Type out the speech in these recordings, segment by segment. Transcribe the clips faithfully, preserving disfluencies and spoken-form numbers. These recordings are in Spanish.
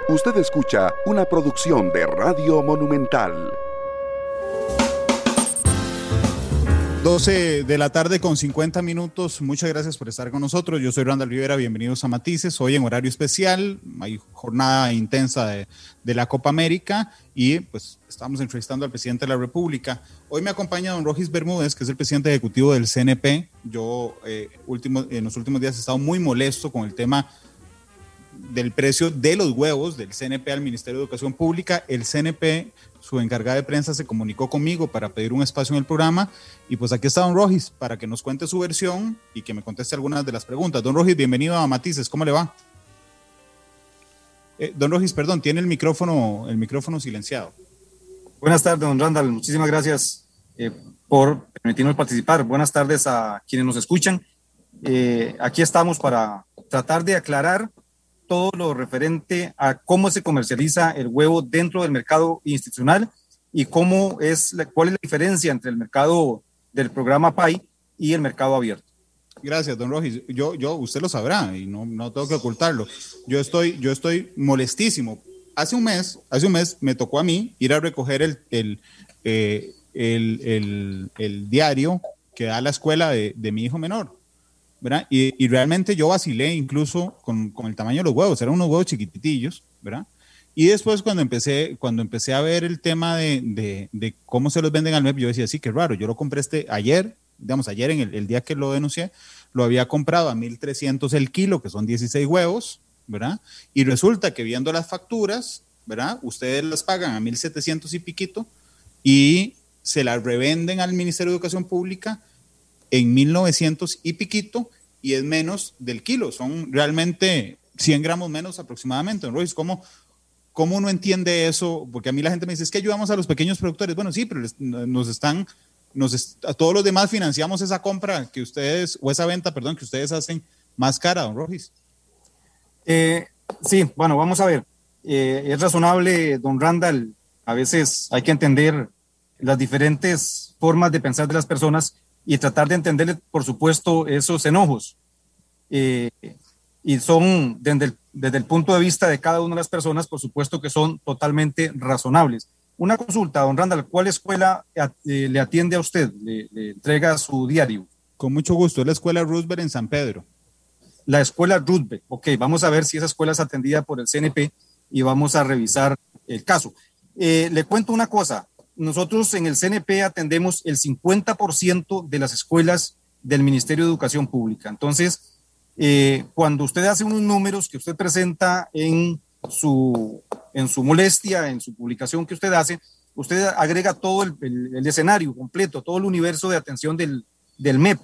Usted escucha una producción de Radio Monumental. doce de la tarde con cincuenta minutos. Muchas gracias por estar con nosotros. Yo soy Randall Rivera, bienvenidos a Matices. Hoy en horario especial, hay jornada intensa de, de la Copa América y pues estamos entrevistando al presidente de la República. Hoy me acompaña don Rogis Bermúdez, que es el presidente ejecutivo del C N P. Yo eh, último, en los últimos días he estado muy molesto con el tema del precio de los huevos del C N P al Ministerio de Educación Pública. El C N P, su encargada de prensa, se comunicó conmigo para pedir un espacio en el programa y pues aquí está don Rogis para que nos cuente su versión y que me conteste algunas de las preguntas. Don Rogis, bienvenido a Matices, ¿cómo le va? Eh, don Rogis, perdón, tiene el micrófono, el micrófono silenciado. Buenas tardes, don Randall, muchísimas gracias eh, por permitirnos participar. Buenas tardes a quienes nos escuchan. Eh, aquí estamos para tratar de aclarar todo lo referente a cómo se comercializa el huevo dentro del mercado institucional y cómo es la, cuál es la diferencia entre el mercado del programa P A I y el mercado abierto. Gracias, don Rogis. Yo, yo, usted lo sabrá y no, no tengo que ocultarlo. Yo estoy, yo estoy molestísimo. Hace un mes, hace un mes me tocó a mí ir a recoger el, el, eh, el, el, el diario que da la escuela de, de mi hijo menor, ¿verdad? Y, y realmente yo vacilé incluso con, con el tamaño de los huevos, eran unos huevos chiquititillos, ¿verdad? Y después cuando empecé, cuando empecé a ver el tema de, de, de cómo se los venden al M E P, yo decía, sí, qué raro, yo lo compré este ayer, digamos, ayer en el, el día que lo denuncié, lo había comprado a mil trescientos el kilo, que son dieciséis huevos, ¿verdad? Y resulta que viendo las facturas, ¿verdad? Ustedes las pagan a mil setecientos y piquito y se las revenden al Ministerio de Educación Pública en mil novecientos y piquito y es menos del kilo, son realmente cien gramos menos aproximadamente. Don Ruiz, ¿cómo, ¿cómo uno entiende eso? Porque a mí la gente me dice, es que ayudamos a los pequeños productores. Bueno, sí, pero les, nos están, nos est- a todos los demás financiamos esa compra que ustedes, o esa venta, perdón, que ustedes hacen más cara, don Rogis. Eh, sí, bueno, vamos a ver. Eh, es razonable, don Randall, a veces hay que entender las diferentes formas de pensar de las personas y tratar de entender, por supuesto, esos enojos. Eh, y son, desde el, desde el punto de vista de cada una de las personas, por supuesto que son totalmente razonables. Una consulta, don Randall, ¿cuál escuela eh, le atiende a usted? ¿Le, le entrega su diario? Con mucho gusto, es la escuela Roosevelt en San Pedro. La escuela Roosevelt, ok, vamos a ver si esa escuela es atendida por el C N P y vamos a revisar el caso. Eh, le cuento una cosa. Nosotros en el C N P atendemos el cincuenta por ciento de las escuelas del Ministerio de Educación Pública. Entonces, eh, cuando usted hace unos números que usted presenta en su, en su molestia, en su publicación que usted hace, usted agrega todo el, el, el escenario completo, todo el universo de atención del, del M E P.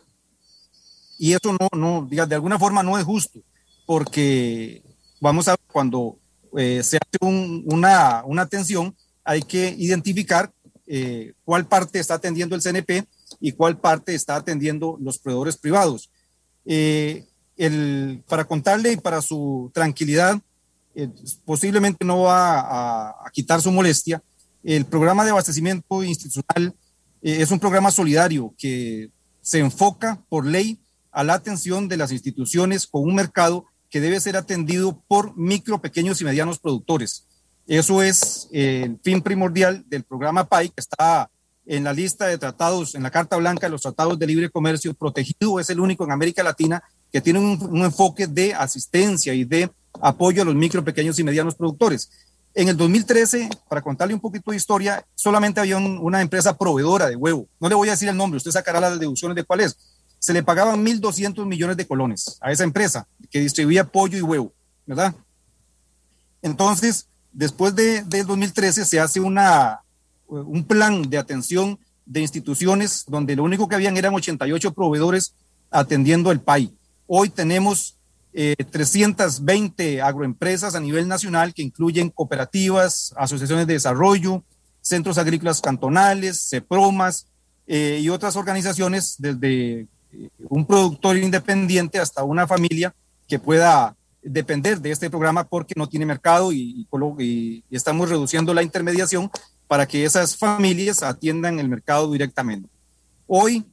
Y eso no, no, diga, de alguna forma no es justo, porque vamos a ver, cuando eh, se hace un, una, una atención, hay que identificar Eh, cuál parte está atendiendo el C N P y cuál parte está atendiendo los proveedores privados. Eh, el, para contarle y para su tranquilidad, eh, posiblemente no va a, a quitar su molestia, el programa de abastecimiento institucional eh, es un programa solidario que se enfoca por ley a la atención de las instituciones con un mercado que debe ser atendido por micro, pequeños y medianos productores. Eso es eh, el fin primordial del programa P A I, que está en la lista de tratados, en la Carta Blanca de los Tratados de Libre Comercio protegido. Es el único en América Latina que tiene un, un enfoque de asistencia y de apoyo a los micro, pequeños y medianos productores. En el dos mil trece, para contarle un poquito de historia, solamente había un, una empresa proveedora de huevo. No le voy a decir el nombre, usted sacará las deducciones de cuál es. Se le pagaban mil doscientos millones de colones a esa empresa que distribuía pollo y huevo, ¿verdad? Entonces, después de, del dos mil trece se hace una, un plan de atención de instituciones donde lo único que habían eran ochenta y ocho proveedores atendiendo el P A I. Hoy tenemos eh, trescientas veinte agroempresas a nivel nacional que incluyen cooperativas, asociaciones de desarrollo, centros agrícolas cantonales, CEPROMAS eh, y otras organizaciones, desde un productor independiente hasta una familia que pueda depender de este programa porque no tiene mercado y, y, y estamos reduciendo la intermediación para que esas familias atiendan el mercado directamente. Hoy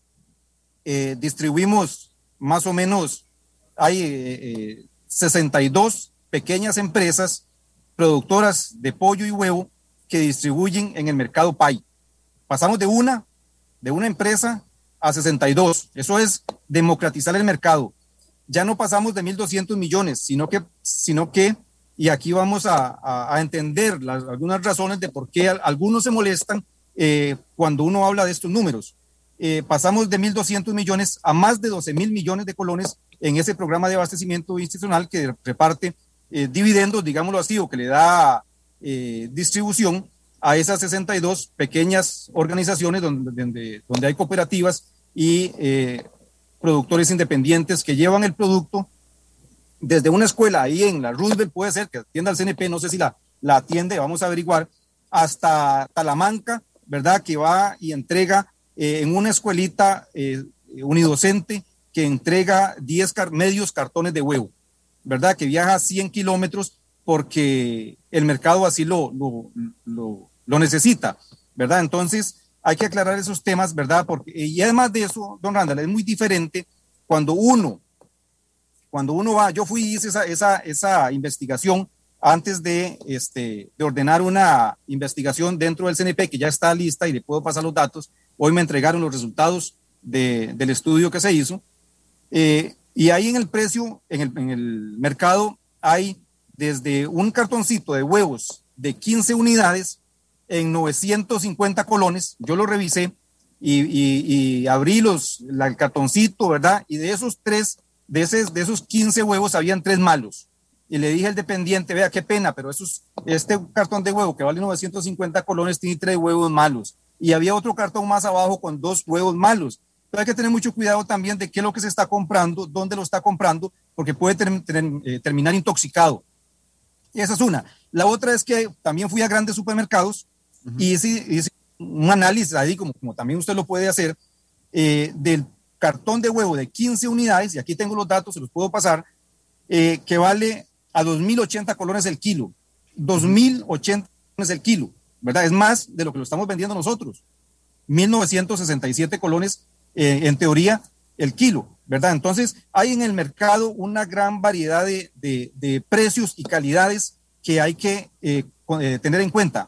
eh, distribuimos más o menos, hay eh, sesenta y dos pequeñas empresas productoras de pollo y huevo que distribuyen en el mercado P A I. Pasamos de una, de una empresa a sesenta y dos. Eso es democratizar el mercado. Ya no pasamos de mil doscientos millones, sino que, sino que y aquí vamos a, a, a entender las, algunas razones de por qué algunos se molestan eh, cuando uno habla de estos números. Eh, pasamos de mil doscientos millones a más de doce mil millones de colones en ese programa de abastecimiento institucional que reparte eh, dividendos, digámoslo así, o que le da eh, distribución a esas sesenta y dos pequeñas organizaciones donde, donde, donde hay cooperativas y eh, productores independientes que llevan el producto desde una escuela ahí en la Roosevelt, puede ser que atienda al C N P, no sé si la, la atiende, vamos a averiguar, hasta Talamanca, ¿verdad? Que va y entrega eh, en una escuelita eh, unidocente que entrega diez car medios cartones de huevo, ¿verdad? Que viaja cien kilómetros porque el mercado así lo, lo, lo, lo necesita, ¿verdad? Entonces hay que aclarar esos temas, ¿verdad? Porque, y además de eso, don Randall, es muy diferente cuando uno Cuando uno va, yo fui y hice esa, esa, esa investigación antes de, este, de ordenar una investigación dentro del C N P, que ya está lista y le puedo pasar los datos. Hoy me entregaron los resultados de, del estudio que se hizo. Eh, y ahí en el precio, en el, en el mercado, hay desde un cartoncito de huevos de quince unidades en novecientos cincuenta colones. Yo lo revisé y, y, y abrí los, la, el cartoncito, ¿verdad? Y de esos tres... De, ese, de esos quince huevos habían tres malos. Y le dije al dependiente, vea qué pena, pero esos, este cartón de huevo que vale novecientos cincuenta colones tiene tres huevos malos. Y había otro cartón más abajo con dos huevos malos. Pero hay que tener mucho cuidado también de qué es lo que se está comprando, dónde lo está comprando, porque puede ter, ter, eh, terminar intoxicado. Y esa es una. La otra es que también fui a grandes supermercados uh-huh. y hice, hice un análisis ahí, como, como también usted lo puede hacer, eh, del cartón de huevo de quince unidades, y aquí tengo los datos, se los puedo pasar, eh, que vale a dos mil ochenta colones el kilo. dos mil ochenta colones el kilo, ¿verdad? Es más de lo que lo estamos vendiendo nosotros. mil novecientos sesenta y siete colones, eh, en teoría, el kilo, ¿verdad? Entonces, hay en el mercado una gran variedad de, de, de precios y calidades que hay que eh, eh, tener en cuenta.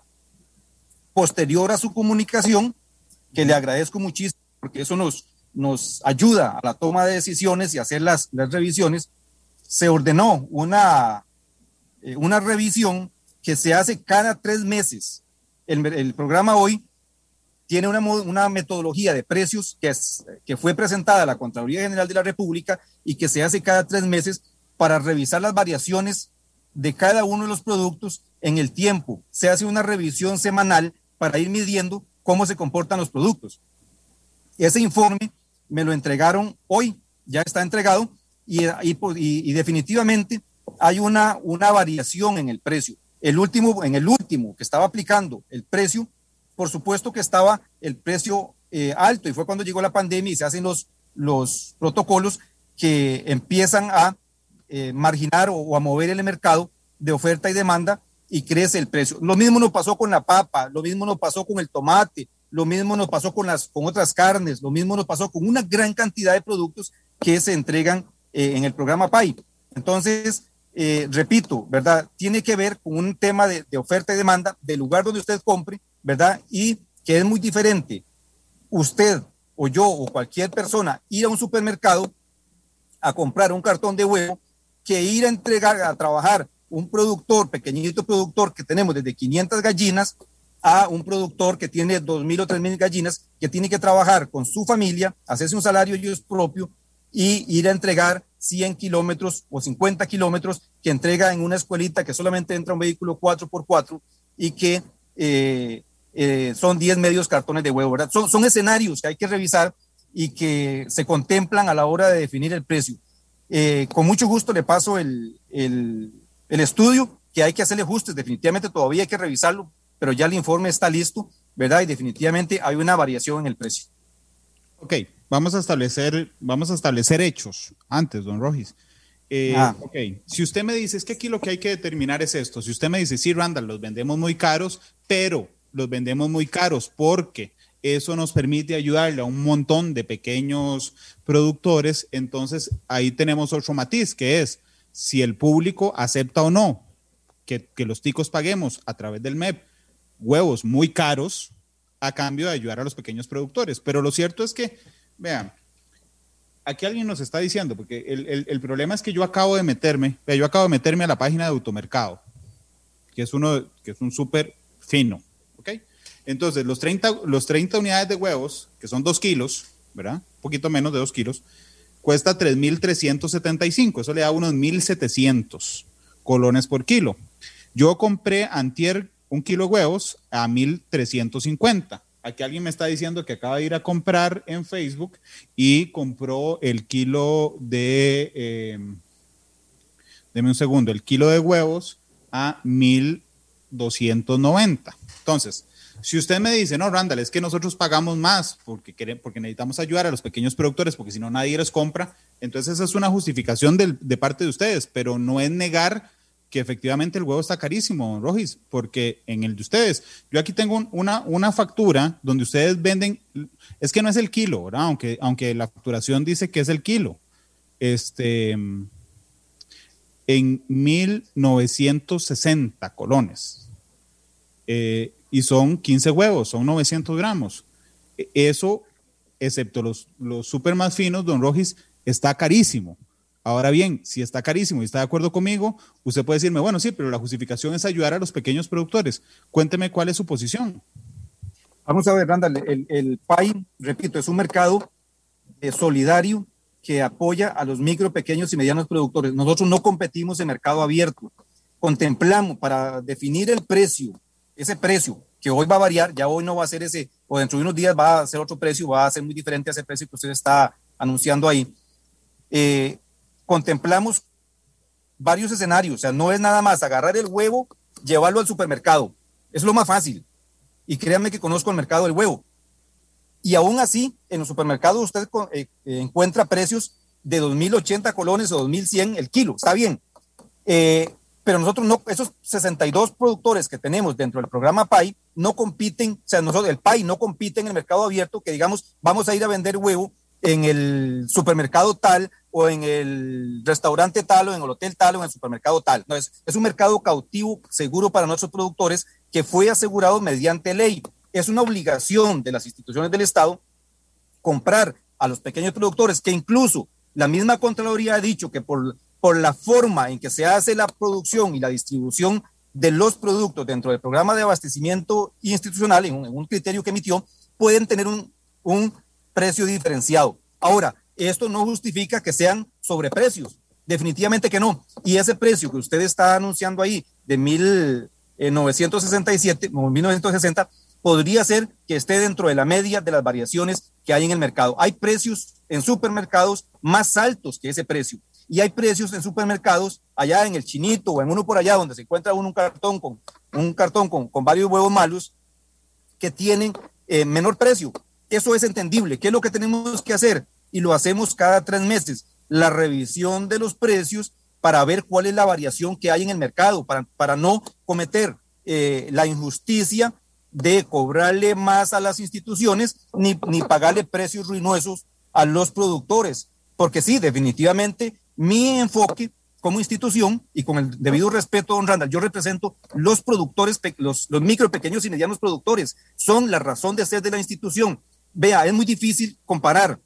Posterior a su comunicación, que le agradezco muchísimo, porque eso nos nos ayuda a la toma de decisiones y hacer las, las revisiones, se ordenó una, eh, una revisión que se hace cada tres meses. El, el programa hoy tiene una, una metodología de precios que, es, que fue presentada a la Contraloría General de la República y que se hace cada tres meses para revisar las variaciones de cada uno de los productos en el tiempo. Se hace una revisión semanal para ir midiendo cómo se comportan los productos. Ese informe me lo entregaron hoy, ya está entregado y, y, y definitivamente hay una, una variación en el precio. El último, en el último que estaba aplicando el precio, por supuesto que estaba el precio eh, alto y fue cuando llegó la pandemia y se hacen los, los protocolos que empiezan a eh, marginar o, o a mover el mercado de oferta y demanda y crece el precio. Lo mismo nos pasó con la papa, lo mismo nos pasó con el tomate, lo mismo nos pasó con, las, con otras carnes, lo mismo nos pasó con una gran cantidad de productos que se entregan eh, en el programa P A I. Entonces, eh, repito, ¿verdad? Tiene que ver con un tema de, de oferta y demanda del lugar donde usted compre, ¿verdad? Y que es muy diferente usted o yo o cualquier persona ir a un supermercado a comprar un cartón de huevo que ir a entregar, a trabajar un productor, pequeñito productor que tenemos desde quinientas gallinas a un productor que tiene dos mil o tres mil gallinas, que tiene que trabajar con su familia, hacerse un salario ellos propio y ir a entregar cien kilómetros o cincuenta kilómetros que entrega en una escuelita que solamente entra un vehículo cuatro por cuatro y que eh, eh, son diez medios cartones de huevo, ¿verdad? Son, son escenarios que hay que revisar y que se contemplan a la hora de definir el precio. Eh, con mucho gusto le paso el, el, el estudio, que hay que hacerle ajustes, definitivamente todavía hay que revisarlo, pero ya el informe está listo, ¿verdad? Y definitivamente hay una variación en el precio. Ok, vamos a establecer, vamos a establecer hechos antes, don Rojis. Eh, ah. Ok, si usted me dice, es que aquí lo que hay que determinar es esto, si usted me dice, sí, Randall, los vendemos muy caros, pero los vendemos muy caros porque eso nos permite ayudarle a un montón de pequeños productores, entonces ahí tenemos otro matiz, que es si el público acepta o no. que, que los ticos paguemos a través del M E P huevos muy caros a cambio de ayudar a los pequeños productores. Pero lo cierto es que, vean, aquí alguien nos está diciendo, porque el, el, el problema es que yo acabo de meterme, yo acabo de meterme a la página de Automercado, que es uno, que es un súper fino, ¿ok? Entonces, los treinta, los treinta unidades de huevos, que son dos kilos, ¿verdad? Un poquito menos de dos kilos, cuesta tres mil trescientos setenta y cinco, eso le da unos mil setecientos colones por kilo. Yo compré antier un kilo de huevos a mil trescientos cincuenta. Aquí alguien me está diciendo que acaba de ir a comprar en Facebook y compró el kilo de, eh, deme un segundo, el kilo de huevos a mil doscientos noventa. Entonces, si usted me dice, no, Randall, es que nosotros pagamos más porque, queremos, porque necesitamos ayudar a los pequeños productores, porque si no nadie les compra, entonces esa es una justificación del, de parte de ustedes, pero no es negar que efectivamente el huevo está carísimo, don Rojis, porque en el de ustedes, yo aquí tengo un, una, una factura donde ustedes venden, es que no es el kilo, ¿verdad? Aunque, aunque la facturación dice que es el kilo, este, en mil novecientos sesenta colones, eh, y son quince huevos, son novecientos gramos. Eso, excepto los, los súper más finos, don Rojis, está carísimo. Ahora bien, si está carísimo y está de acuerdo conmigo, usted puede decirme, bueno, sí, pero la justificación es ayudar a los pequeños productores. Cuénteme cuál es su posición. Vamos a ver, Randall, el, el P A I, repito, es un mercado eh, solidario que apoya a los micro, pequeños y medianos productores. Nosotros no competimos en mercado abierto. Contemplamos para definir el precio, ese precio que hoy va a variar, ya hoy no va a ser ese, o dentro de unos días va a ser otro precio, va a ser muy diferente a ese precio que usted está anunciando ahí. Eh, contemplamos varios escenarios, o sea, no es nada más agarrar el huevo, llevarlo al supermercado, es lo más fácil, y créanme que conozco el mercado del huevo, y aún así, en los supermercados usted eh, encuentra precios de dos mil ochenta colones o dos mil cien el kilo, está bien, eh, pero nosotros no, esos sesenta y dos productores que tenemos dentro del programa P A I no compiten, o sea, nosotros, el P A I no compite en el mercado abierto, que digamos, vamos a ir a vender huevo en el supermercado tal, o en el restaurante tal, o en el hotel tal, o en el supermercado tal. No, es, es un mercado cautivo, seguro para nuestros productores, que fue asegurado mediante ley. Es una obligación de las instituciones del Estado comprar a los pequeños productores, que incluso la misma Contraloría ha dicho que por, por la forma en que se hace la producción y la distribución de los productos dentro del programa de abastecimiento institucional, en un, en un criterio que emitió, pueden tener un, un precio diferenciado. Ahora, esto no justifica que sean sobreprecios, definitivamente que no. Y ese precio que usted está anunciando ahí de mil novecientos sesenta y siete o mil novecientos sesenta podría ser que esté dentro de la media de las variaciones que hay en el mercado. Hay precios en supermercados más altos que ese precio, y hay precios en supermercados allá en el Chinito o en uno por allá donde se encuentra uno un cartón con un cartón con, con varios huevos malos que tienen eh, menor precio. Eso es entendible. ¿Qué es lo que tenemos que hacer? Y lo hacemos cada tres meses, la revisión de los precios para ver cuál es la variación que hay en el mercado, para, para no cometer eh, la injusticia de cobrarle más a las instituciones ni, ni pagarle precios ruinosos a los productores. Porque sí, definitivamente, mi enfoque como institución y con el debido respeto, don Randall, yo represento los productores, los, los micro, pequeños y medianos productores, son la razón de ser de la institución. Vea, es muy difícil comparar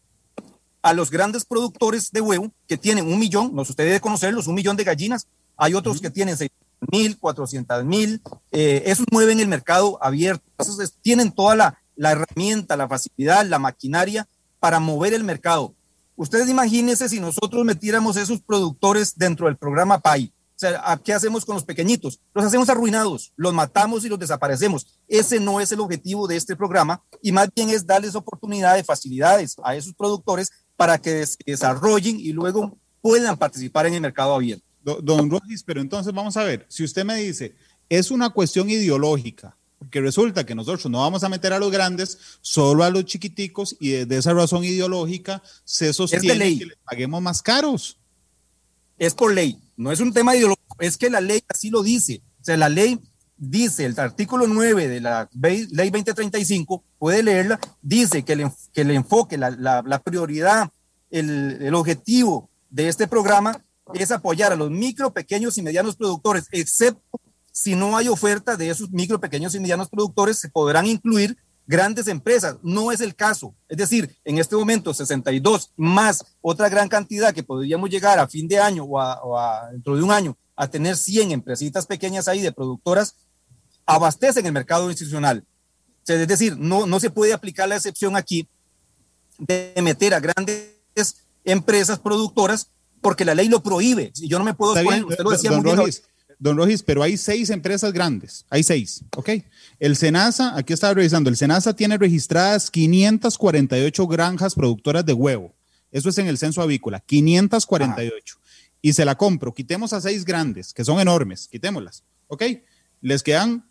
a los grandes productores de huevo que tienen un millón, no sé, usted debe conocerlos, un millón de gallinas, hay otros uh-huh. que tienen seis mil, cuatrocientos mil, eh, esos mueven el mercado abierto, esos es, tienen toda la, la herramienta, la facilidad, la maquinaria para mover el mercado. Ustedes imagínense si nosotros metiéramos esos productores dentro del programa P A I, o sea, ¿qué hacemos con los pequeñitos? Los hacemos arruinados, los matamos y los desaparecemos. Ese no es el objetivo de este programa, y más bien es darles oportunidad de facilidades a esos productores para que se desarrollen y luego puedan participar en el mercado abierto. Don Rojis, pero entonces vamos a ver, si usted me dice, es una cuestión ideológica, porque resulta que nosotros no vamos a meter a los grandes, solo a los chiquiticos, y desde esa razón ideológica se sostiene que les paguemos más caros. Es por ley, no es un tema ideológico, es que la ley así lo dice. O sea, la ley dice, el artículo nueve de la ley veinte treinta y cinco, puede leerla, dice que el, que el enfoque, la, la, la prioridad, el, el objetivo de este programa es apoyar a los micro, pequeños y medianos productores, excepto si no hay oferta de esos micro, pequeños y medianos productores, se podrán incluir grandes empresas. No es el caso. Es decir, en este momento sesenta y dos más otra gran cantidad que podríamos llegar a fin de año o, a, o a, dentro de un año a tener cien empresitas pequeñas ahí de productoras, abastecen el mercado institucional. O sea, es decir, no, no se puede aplicar la excepción aquí de meter a grandes empresas productoras porque la ley lo prohíbe. Yo no me puedo exponer, usted lo decía don, muy bien. Rogis, don Rogis, pero hay seis empresas grandes, hay seis, ¿ok? El SENASA, aquí estaba revisando, el SENASA tiene registradas quinientas cuarenta y ocho granjas productoras de huevo. Eso es en el censo avícola, quinientas cuarenta y ocho. Ajá. Y se la compro, quitemos a seis grandes, que son enormes, quitémoslas, ¿ok? Les quedan,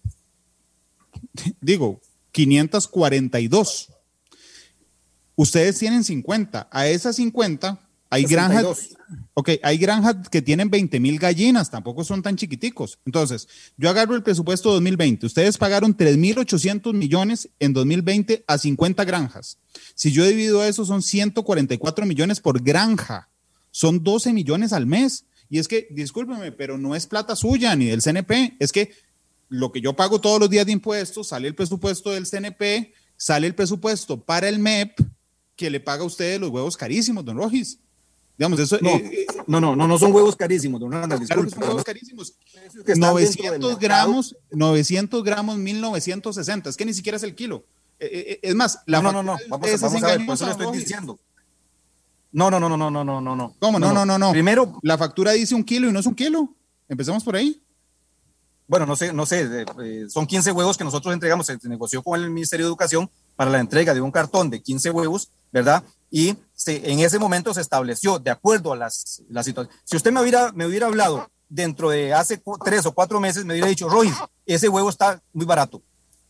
digo, quinientas cuarenta y dos. Ustedes tienen cincuenta, a esas cincuenta hay granjas, okay, hay granjas que tienen veinte mil gallinas, tampoco son tan chiquiticos. Entonces, yo agarro el presupuesto dos mil veinte, ustedes pagaron tres mil ochocientos millones en dos mil veinte a cincuenta granjas. Si yo divido eso, son ciento cuarenta y cuatro millones por granja, son doce millones al mes. Y es que, discúlpeme, pero no es plata suya ni del C N P, es que lo que yo pago todos los días de impuestos, sale el presupuesto del C N P, sale el presupuesto para el M E P, que le paga a ustedes los huevos carísimos, don Rogis. Digamos, eso, no, eh, no, no, no, no son huevos carísimos, don Randall, claro que son huevos carísimos. novecientos gramos, novecientos gramos, mil novecientos sesenta, es que ni siquiera es el kilo. Eh, eh, es más, la no, no, no, no, vamos, a, vamos a ver, por eso le estoy Rogis. diciendo. No, no, no, no, no, no, no, no. ¿Cómo? No, no, no, no. Primero, la factura dice un kilo y no es un kilo. Empecemos por ahí. Bueno, no sé, no sé, eh, son quince huevos que nosotros entregamos, se negoció con el Ministerio de Educación para la entrega de un cartón de quince huevos, ¿verdad? Y se, en ese momento se estableció, de acuerdo a las, las situaciones. Si usted me hubiera, me hubiera hablado dentro de hace tres o cuatro meses, me hubiera dicho, Rogis, ese huevo está muy barato.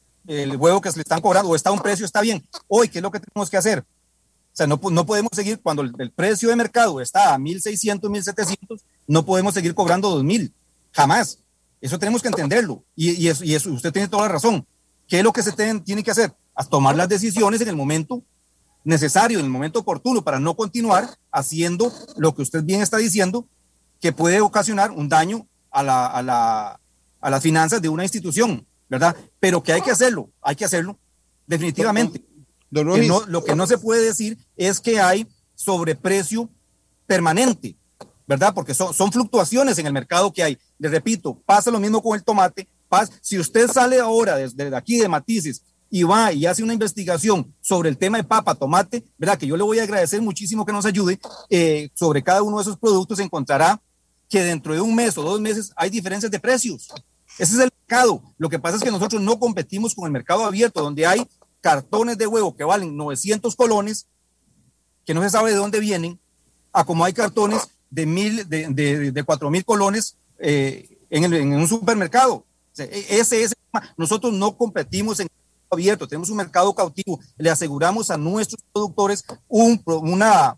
El huevo que se le están cobrando o está a un precio, está bien. Hoy, ¿qué es lo que tenemos que hacer? O sea, no, no podemos seguir, cuando el, el precio de mercado está a mil seiscientos, mil setecientos, no podemos seguir cobrando dos mil, jamás. Eso tenemos que entenderlo. Y, y, eso, y eso, usted tiene toda la razón. ¿Qué es lo que se ten, tiene que hacer? A tomar las decisiones en el momento necesario, en el momento oportuno, para no continuar haciendo lo que usted bien está diciendo, que puede ocasionar un daño a, la, a, la, a las finanzas de una institución, ¿verdad? Pero que hay que hacerlo, hay que hacerlo, definitivamente. Don, don que no, lo que no se puede decir es que hay sobreprecio permanente, ¿verdad? Porque son, son fluctuaciones en el mercado que hay. Le repito, pasa lo mismo con el tomate. Pasa, si usted sale ahora desde aquí de Matices y va y hace una investigación sobre el tema de papa, tomate, ¿verdad? Que yo le voy a agradecer muchísimo que nos ayude eh, sobre cada uno de esos productos, encontrará que dentro de un mes o dos meses hay diferencias de precios. Ese es el mercado. Lo que pasa es que nosotros no competimos con el mercado abierto, donde hay cartones de huevo que valen novecientos colones, que no se sabe de dónde vienen, a como hay cartones de mil, de, de, de cuatro mil colones eh, en, el, en un supermercado. O sea, ese es, nosotros no competimos en el mercado abierto, tenemos un mercado cautivo, le aseguramos a nuestros productores un, una,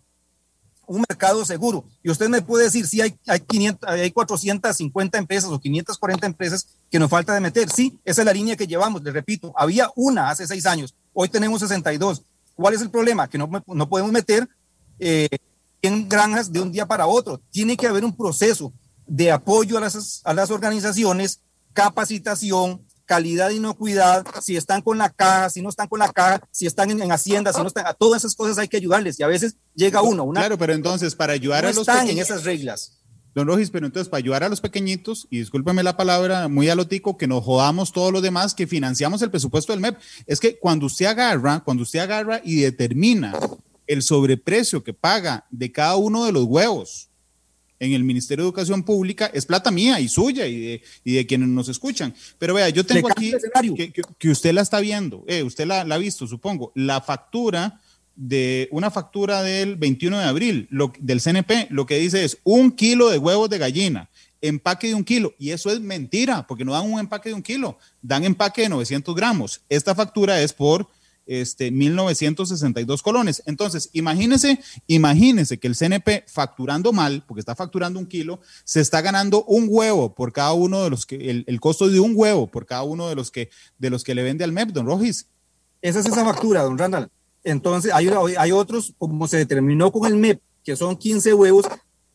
un mercado seguro. Y usted me puede decir, sí, hay, hay, quinientas, hay cuatrocientas cincuenta empresas o quinientas cuarenta empresas que nos falta de meter. Sí, esa es la línea que llevamos, les repito, había una hace seis años, hoy tenemos sesenta y dos. ¿Cuál es el problema? Que no, no podemos meter eh, en granjas de un día para otro. Tiene que haber un proceso de apoyo a las, a las organizaciones, capacitación, calidad y inocuidad, si están con la caja, si no están con la caja, si están en, en Hacienda, si no están, a todas esas cosas hay que ayudarles y a veces llega uno. Una, claro, pero entonces para ayudar no a los están pequeños, en esas reglas. Don Rogis, pero entonces para ayudar a los pequeñitos, y discúlpeme la palabra muy a lo tico, que nos jodamos todos los demás que financiamos el presupuesto del M E P, es que cuando usted agarra, cuando usted agarra y determina el sobreprecio que paga de cada uno de los huevos en el Ministerio de Educación Pública, es plata mía y suya y de, y de quienes nos escuchan. Pero vea, yo tengo aquí que, que, que usted la está viendo, eh, usted la, la ha visto, supongo, la factura de una factura del veintiuno de abril lo, del C N P, lo que dice es un kilo de huevos de gallina, empaque de un kilo, y eso es mentira, porque no dan un empaque de un kilo, dan empaque de novecientos gramos. Esta factura es por este, mil novecientos sesenta y dos colones. Entonces, imagínese, imagínese que el C N P facturando mal, porque está facturando un kilo, se está ganando un huevo por cada uno de los que, el, el costo de un huevo por cada uno de los que, de los que le vende al M E P, don Rogis. Esa es esa factura, don Randall. Entonces, hay, hay otros, como se determinó con el M E P, que son quince huevos,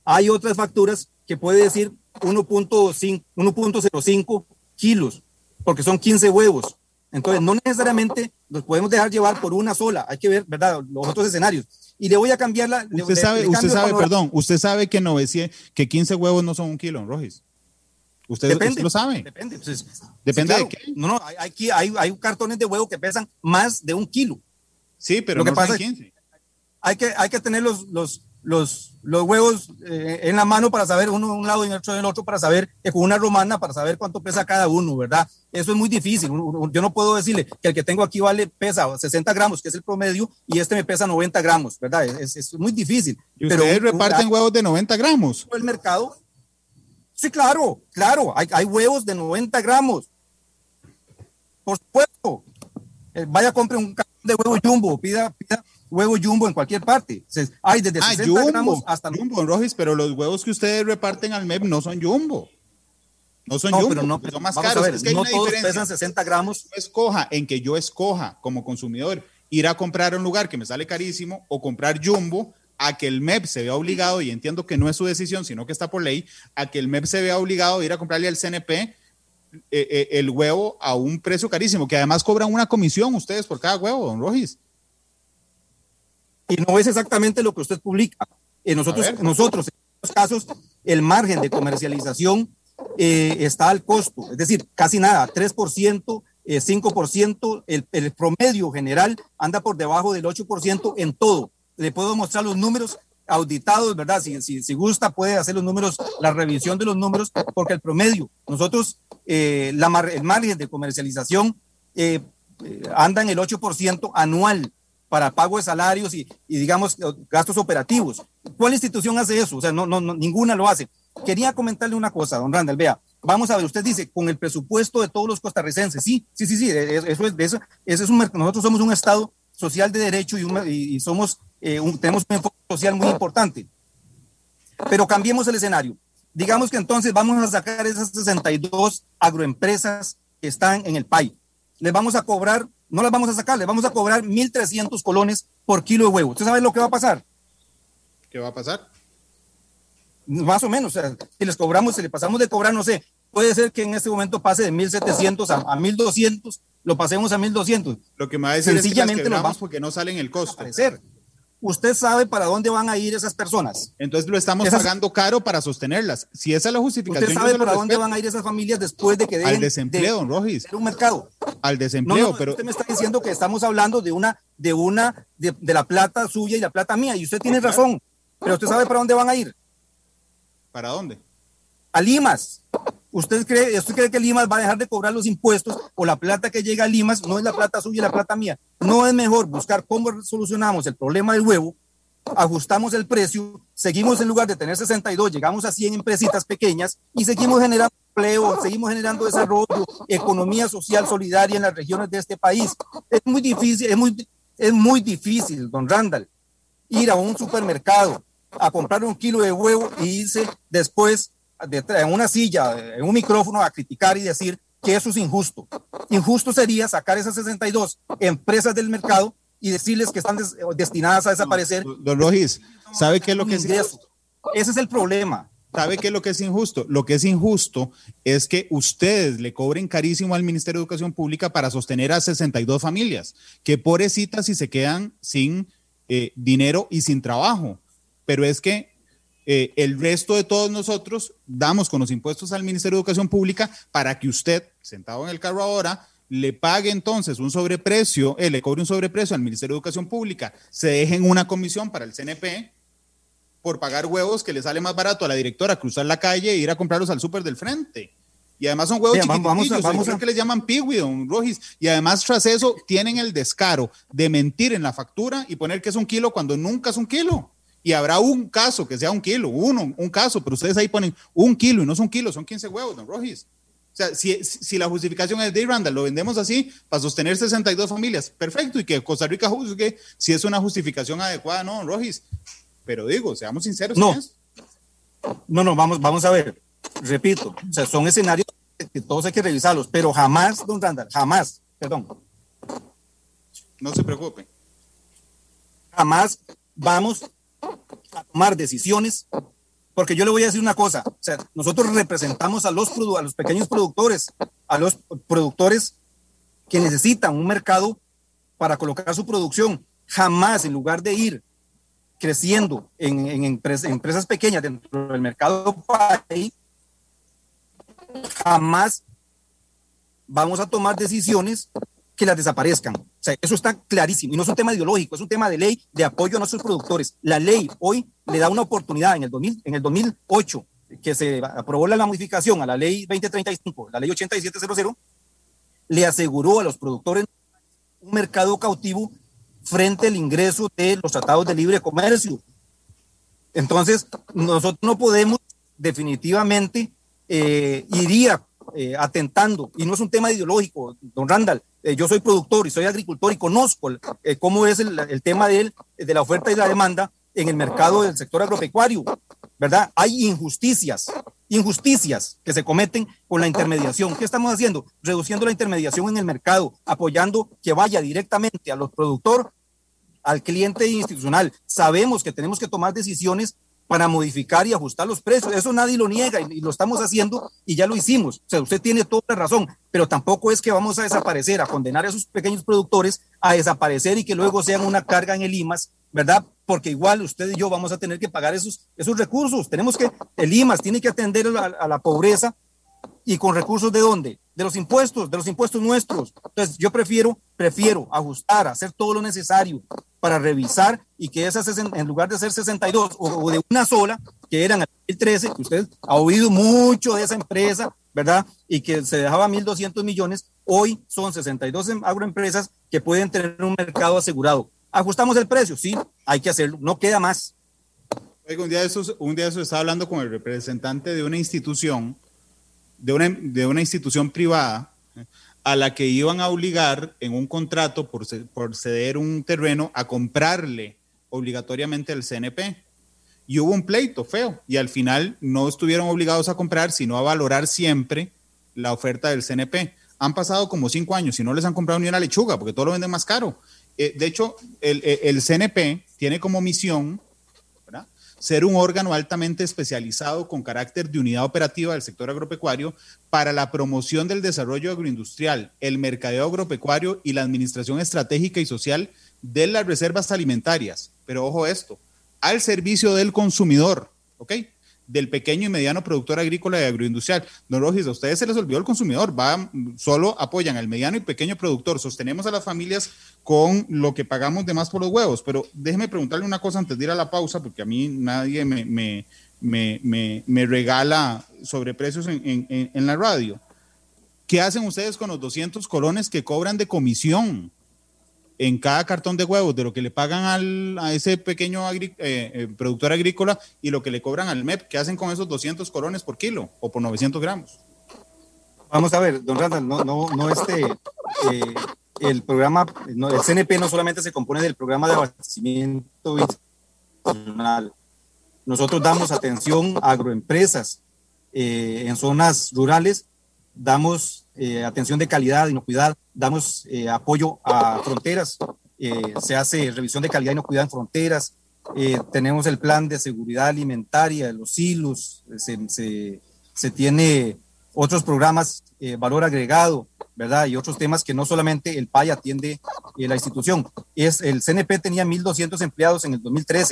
Hay otras facturas que puede decir uno punto cero cinco kilos, porque son quince huevos. Entonces, no necesariamente los podemos dejar llevar por una sola. Hay que ver, ¿verdad?, los otros escenarios. Y le voy a cambiar la... Usted le, sabe, le usted sabe panorama. perdón, usted sabe que, novecientos, que quince huevos no son un kilo, Rojis. Usted, Depende, usted lo sabe. Depende. Pues, ¿Depende sí, claro. de qué? No, no, hay, hay, hay, hay cartones de huevo que pesan más de un kilo. Sí, pero Lo que no pasa son quince. Hay que, hay que tener los, los, los, los huevos eh, en la mano para saber uno de un lado y otro del otro, para saber que con una romana, para saber cuánto pesa cada uno, ¿verdad? Eso es muy difícil. Yo no puedo decirle que el que tengo aquí vale, pesa sesenta gramos, que es el promedio, y este me pesa noventa gramos, ¿verdad? Es, es muy difícil. ¿Y ustedes Pero, reparten huevos de noventa gramos? ¿El mercado? Sí, claro, claro. Hay, hay huevos de noventa gramos. Por supuesto. Eh, vaya, compre un cartón de huevo jumbo, pida, pida huevo jumbo en cualquier parte. Se, hay desde ah, sesenta jumbo, gramos hasta... Jumbo, Rojis, pero los huevos que ustedes reparten al M E P no son jumbo. No son no, jumbo, pero no, son más vamos caros. A ver, es que hay no una todos diferencia. pesan sesenta gramos. Yo escoja, en que yo escoja como consumidor ir a comprar a un lugar que me sale carísimo o comprar jumbo, a que el M E P se vea obligado, y entiendo que no es su decisión, sino que está por ley, a que el M E P se vea obligado a ir a comprarle al C N P eh, eh, el huevo a un precio carísimo, que además cobran una comisión ustedes por cada huevo, don Rojis. Y no es exactamente lo que usted publica. Eh, nosotros, nosotros, en estos casos, el margen de comercialización eh, está al costo, es decir, casi nada, tres por ciento, eh, cinco por ciento, el, el promedio general anda por debajo del ocho por ciento en todo. Le puedo mostrar los números auditados, ¿verdad? Si, si, si gusta, puede hacer los números, la revisión de los números, porque el promedio, nosotros, eh, la, el margen de comercialización eh, eh, anda en el ocho por ciento anual para pago de salarios y, y, digamos, gastos operativos. ¿Cuál institución hace eso? O sea, no, no, no, ninguna lo hace. Quería comentarle una cosa, don Randall, vea, vamos a ver, usted dice, con el presupuesto de todos los costarricenses, sí, sí, sí, sí, eso es, eso, eso es un, nosotros somos un Estado social de derecho y, un, y somos, eh, un, tenemos un enfoque social muy importante. Pero cambiemos el escenario. Digamos que entonces vamos a sacar esas sesenta y dos agroempresas que están en el país. Les vamos a cobrar, no las vamos a sacar, les vamos a cobrar mil trescientos colones por kilo de huevo. ¿Usted sabe lo que va a pasar? ¿Qué va a pasar? Más o menos, o sea, si les cobramos, si le pasamos de cobrar, no sé, puede ser que en este momento pase de mil setecientos a, a mil doscientos, lo pasemos a mil doscientos. Lo que me va a decir sencillamente es que las lo vamos porque no salen el costo. Aparecer. Usted sabe para dónde van a ir esas personas. Entonces lo estamos esas, pagando caro para sostenerlas. Si esa es la justificación. Usted sabe para dónde van a ir esas familias después de que dejen al desempleo, de, don Rojis. De un mercado. Al desempleo, no, no, pero usted me está diciendo que estamos hablando de una, de una, de, de la plata suya y la plata mía, y usted tiene razón. Pero usted sabe para dónde van a ir. ¿Para dónde? A Limas. ¿Usted cree, ¿Usted cree que Limas va a dejar de cobrar los impuestos o la plata que llega a Limas no es la plata suya y la plata mía? No es mejor buscar cómo solucionamos el problema del huevo, ajustamos el precio, seguimos en lugar de tener sesenta y dos, llegamos a cien empresitas pequeñas y seguimos generando empleo, seguimos generando desarrollo, economía social solidaria en las regiones de este país. Es muy difícil, es muy, es muy difícil, don Randall, ir a un supermercado a comprar un kilo de huevo y irse después de, en una silla, en un micrófono a criticar y decir que eso es injusto. Injusto sería sacar esas sesenta y dos empresas del mercado y decirles que están des, destinadas a desaparecer. No, don Rojis, ¿sabe qué es lo que es injusto? Ese es el problema. ¿Sabe qué es lo que es injusto? Lo que es injusto es que ustedes le cobren carísimo al Ministerio de Educación Pública para sostener a sesenta y dos familias, que pobrecitas si se quedan sin eh, dinero y sin trabajo. Pero es que eh, el resto de todos nosotros damos con los impuestos al Ministerio de Educación Pública para que usted, sentado en el carro ahora, le pague entonces un sobreprecio, eh, le cobre un sobreprecio al Ministerio de Educación Pública, se dejen una comisión para el C N P por pagar huevos que le sale más barato a la directora cruzar la calle e ir a comprarlos al súper del frente. Y además son huevos Bien, chiquititos, vamos a, vamos a... que les llaman piwi, don Rojis. Y además tras eso tienen el descaro de mentir en la factura y poner que es un kilo cuando nunca es un kilo. Y habrá un caso que sea un kilo, uno, un caso, pero ustedes ahí ponen un kilo y no son kilos, son quince huevos, don Rojis. O sea, si, si la justificación es de Randall, lo vendemos así para sostener sesenta y dos familias, perfecto, y que Costa Rica juzgue si es una justificación adecuada, no, don Rojis. Pero digo, seamos sinceros. No, no, no, vamos, vamos a ver, repito, o sea, son escenarios que todos hay que revisarlos, pero jamás, don Randall, jamás, perdón. No se preocupe. Jamás vamos a tomar decisiones porque yo le voy a decir una cosa, o sea, nosotros representamos a los, a los pequeños productores, a los productores que necesitan un mercado para colocar su producción. Jamás, en lugar de ir creciendo en, en, empresas, en empresas pequeñas dentro del mercado país, jamás vamos a tomar decisiones que las desaparezcan. O sea, eso está clarísimo. Y no es un tema ideológico, es un tema de ley de apoyo a nuestros productores. La ley hoy le da una oportunidad en el, dos mil, en el dos mil ocho, que se aprobó la, la modificación a la ley veinte treinta y cinco, la ley ochenta y siete cero cero, le aseguró a los productores un mercado cautivo frente al ingreso de los tratados de libre comercio. Entonces, nosotros no podemos definitivamente, eh, iría eh, atentando, y no es un tema ideológico, don Randall, eh, yo soy productor y soy agricultor y conozco eh, cómo es el, el tema de, él, de la oferta y la demanda en el mercado del sector agropecuario, ¿verdad? Hay injusticias, injusticias que se cometen con la intermediación. ¿Qué estamos haciendo? Reduciendo la intermediación en el mercado, apoyando que vaya directamente a los productores, al cliente institucional. Sabemos que tenemos que tomar decisiones para modificar y ajustar los precios. Eso nadie lo niega y, y lo estamos haciendo y ya lo hicimos. O sea, usted tiene toda la razón, pero tampoco es que vamos a desaparecer, a condenar a esos pequeños productores a desaparecer y que luego sean una carga en el I M A S, ¿verdad? Porque igual usted y yo vamos a tener que pagar esos, esos recursos. Tenemos que, el I M A S tiene que atender a, a la pobreza, y con recursos ¿de dónde? De los impuestos, de los impuestos nuestros. Entonces yo prefiero, prefiero ajustar, hacer todo lo necesario para revisar y que esas, en lugar de ser sesenta y dos o, o de una sola, que eran en el dos mil trece, que usted ha oído mucho de esa empresa, ¿verdad? Y que se dejaba mil doscientos millones, hoy son sesenta y dos agroempresas que pueden tener un mercado asegurado. ¿Ajustamos el precio? Sí, hay que hacerlo, no queda más. Oiga, un día de esos, un día de esos estaba hablando con el representante de una institución, de una, de una institución privada, a la que iban a obligar en un contrato por, por ceder un terreno a comprarle obligatoriamente al C N P. Y hubo un pleito feo y al final no estuvieron obligados a comprar, sino a valorar siempre la oferta del C N P. Han pasado como cinco años y no les han comprado ni una lechuga porque todo lo venden más caro. Eh, de hecho, el, el C N P tiene como misión, ¿verdad?, ser un órgano altamente especializado con carácter de unidad operativa del sector agropecuario para la promoción del desarrollo agroindustrial, el mercadeo agropecuario y la administración estratégica y social de las reservas alimentarias. Pero ojo esto, al servicio del consumidor, ¿ok?, del pequeño y mediano productor agrícola y agroindustrial. Don Rojis, a ustedes se les olvidó el consumidor, va, solo apoyan al mediano y pequeño productor, sostenemos a las familias con lo que pagamos de más por los huevos, pero déjeme preguntarle una cosa antes de ir a la pausa, porque a mí nadie me, me, me, me, me regala sobreprecios en, en, en la radio. ¿Qué hacen ustedes con los doscientos colones que cobran de comisión en cada cartón de huevos, de lo que le pagan al, a ese pequeño agri, eh, eh, productor agrícola y lo que le cobran al M E P? ¿Qué hacen con esos doscientos colones por kilo o por novecientos gramos? Vamos a ver, don Randall, no, no, no este, eh, el programa, no, el C N P no solamente se compone del programa de abastecimiento institucional. Nosotros damos atención a agroempresas eh, en zonas rurales, damos eh, atención de calidad, inocuidad, damos eh, apoyo a fronteras, eh, se hace revisión de calidad e inocuidad en fronteras, eh, tenemos el plan de seguridad alimentaria, los silos, se, se, se tiene otros programas, eh, valor agregado, ¿verdad? Y otros temas que no solamente el P A I atiende eh, la institución. Es, el C N P tenía mil doscientos empleados en el dos mil trece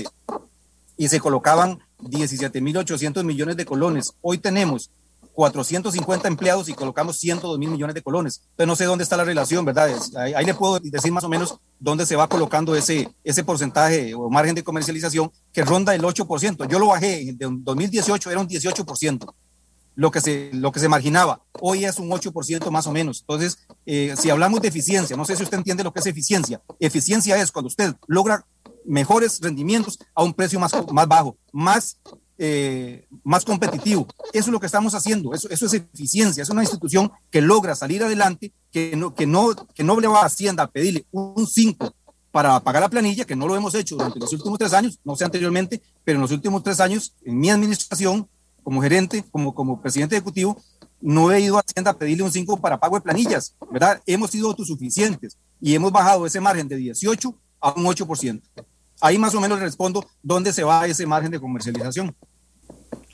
y se colocaban diecisiete mil ochocientos millones de colones. Hoy tenemos cuatrocientos cincuenta empleados y colocamos ciento dos mil millones de colones. Entonces no sé dónde está la relación, ¿verdad? Ahí, ahí le puedo decir más o menos dónde se va colocando ese, ese porcentaje o margen de comercialización que ronda el ocho por ciento. Yo lo bajé, en dos mil dieciocho era un dieciocho por ciento. Lo que, se, lo que se marginaba, hoy es un ocho por ciento más o menos. Entonces, eh, si hablamos de eficiencia, no sé si usted entiende lo que es eficiencia. Eficiencia es cuando usted logra mejores rendimientos a un precio más, más bajo, más, eh, más competitivo. Eso es lo que estamos haciendo, eso, eso es eficiencia. Es una institución que logra salir adelante, que no, que no, que no le va a Hacienda a pedirle un cinco para pagar la planilla, que no lo hemos hecho durante los últimos tres años, no sé anteriormente, pero en los últimos tres años, en mi administración, como gerente, como, como presidente ejecutivo, no he ido a Hacienda a pedirle un cinco para pago de planillas, ¿verdad? Hemos sido autosuficientes y hemos bajado ese margen de dieciocho a un ocho por ciento. Ahí más o menos respondo dónde se va ese margen de comercialización.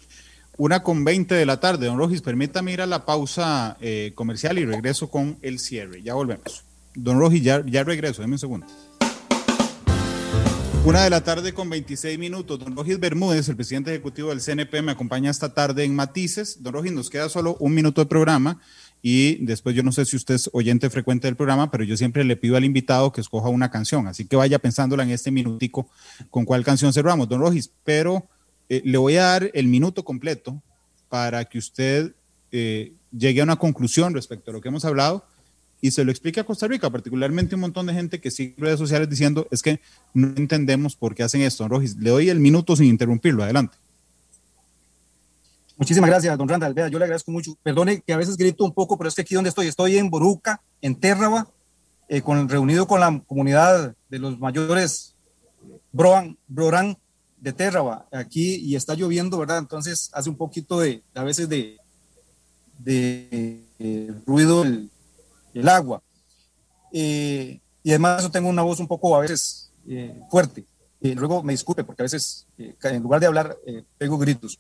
Una con veinte de la tarde. Don Rojis, permítame ir a la pausa eh, comercial y regreso con el cierre. Ya volvemos. Don Rojis, ya, ya regreso, deme un segundo. Una de la tarde con veintiséis minutos. Don Rojis Bermúdez, el presidente ejecutivo del C N P, me acompaña esta tarde en Matices. Don Rojis, nos queda solo un minuto de programa y después yo no sé si usted es oyente frecuente del programa, pero yo siempre le pido al invitado que escoja una canción, así que vaya pensándola en este minutico con cuál canción cerramos, don Rojis, pero eh, le voy a dar el minuto completo para que usted eh, llegue a una conclusión respecto a lo que hemos hablado y se lo explique a Costa Rica, particularmente un montón de gente que sigue redes sociales diciendo es que no entendemos por qué hacen esto. Don Rojis, le doy el minuto sin interrumpirlo, adelante. Muchísimas gracias, don Randall. Vea, yo le agradezco mucho. Perdone que a veces grito un poco, pero es que aquí donde estoy, estoy en Boruca, en Térraba, eh, con, reunido con la comunidad de los mayores Broan, Brorán de Térraba, aquí, y está lloviendo, ¿verdad? Entonces hace un poquito de, a veces de, de eh, ruido el, el agua. Eh, y además eso tengo una voz un poco a veces eh, fuerte. Eh, luego me disculpe porque a veces eh, en lugar de hablar eh, pego gritos.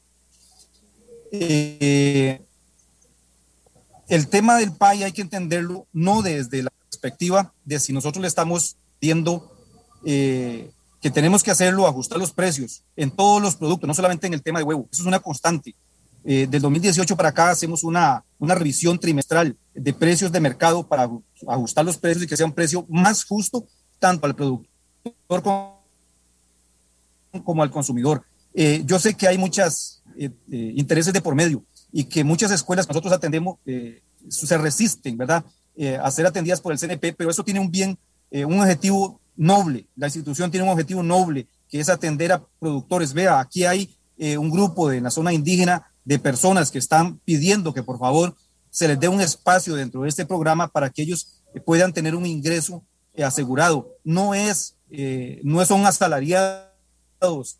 Eh, el tema del P A I hay que entenderlo no desde la perspectiva de si nosotros le estamos viendo eh, que tenemos que hacerlo, ajustar los precios en todos los productos, no solamente en el tema de huevo. Eso es una constante. Eh, del dos mil dieciocho para acá hacemos una, una revisión trimestral de precios de mercado para ajustar los precios y que sea un precio más justo tanto al productor como, como al consumidor. Eh, yo sé que hay muchas eh, eh, intereses de por medio y que muchas escuelas que nosotros atendemos eh, se resisten, ¿verdad? Eh, a ser atendidas por el C N P, pero eso tiene un bien, eh, un objetivo noble. La institución tiene un objetivo noble que es atender a productores. Vea, aquí hay eh, un grupo de, en la zona indígena de personas que están pidiendo que por favor se les dé un espacio dentro de este programa para que ellos eh, puedan tener un ingreso eh, asegurado. No es, eh, no son asalariados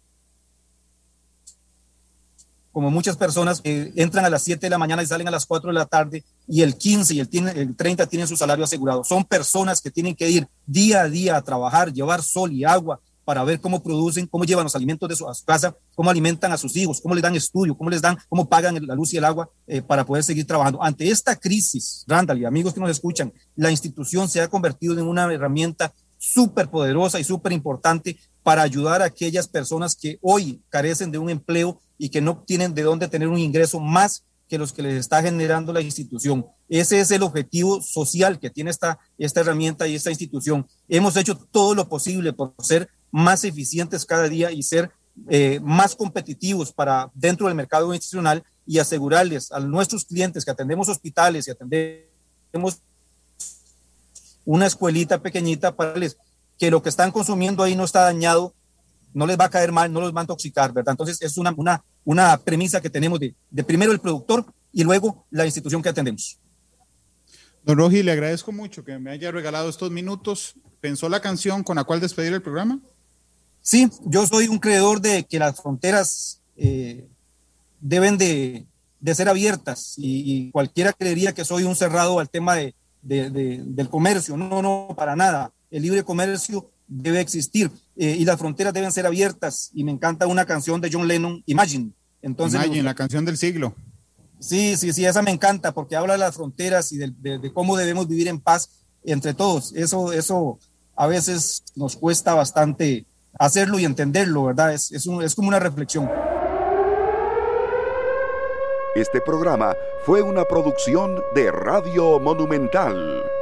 como muchas personas que entran a las siete de la mañana y salen a las cuatro de la tarde y el quince y el, tiene, el treinta tienen su salario asegurado. Son personas que tienen que ir día a día a trabajar, llevar sol y agua para ver cómo producen, cómo llevan los alimentos de su, a su casa, cómo alimentan a sus hijos, cómo les dan estudio, cómo les dan, cómo pagan la luz y el agua eh, para poder seguir trabajando. Ante esta crisis, Randall y amigos que nos escuchan, la institución se ha convertido en una herramienta súper poderosa y súper importante para ayudar a aquellas personas que hoy carecen de un empleo y que no tienen de dónde tener un ingreso más que los que les está generando la institución. Ese es el objetivo social que tiene esta, esta herramienta y esta institución. Hemos hecho todo lo posible por ser más eficientes cada día y ser eh, más competitivos para dentro del mercado institucional y asegurarles a nuestros clientes que atendemos hospitales y atendemos una escuelita pequeñita para les que lo que están consumiendo ahí no está dañado, no les va a caer mal, no los va a intoxicar, ¿verdad? Entonces es una, una, una premisa que tenemos de, de primero el productor y luego la institución que atendemos. Don Rojis, le agradezco mucho que me haya regalado estos minutos. ¿Pensó la canción con la cual despedir el programa? Sí, yo soy un creedor de que las fronteras eh, deben de, de ser abiertas y, y cualquiera creería que soy un cerrado al tema de, de, de, del comercio. No, no, para nada. El libre comercio debe existir eh, y las fronteras deben ser abiertas y me encanta una canción de John Lennon, Imagine. Entonces, Imagine, la canción del siglo. Sí, sí, sí, esa me encanta porque habla de las fronteras y de, de, de cómo debemos vivir en paz entre todos. Eso, eso a veces nos cuesta bastante hacerlo y entenderlo, ¿verdad? Es, es, un, es como una reflexión. Este programa fue una producción de Radio Monumental.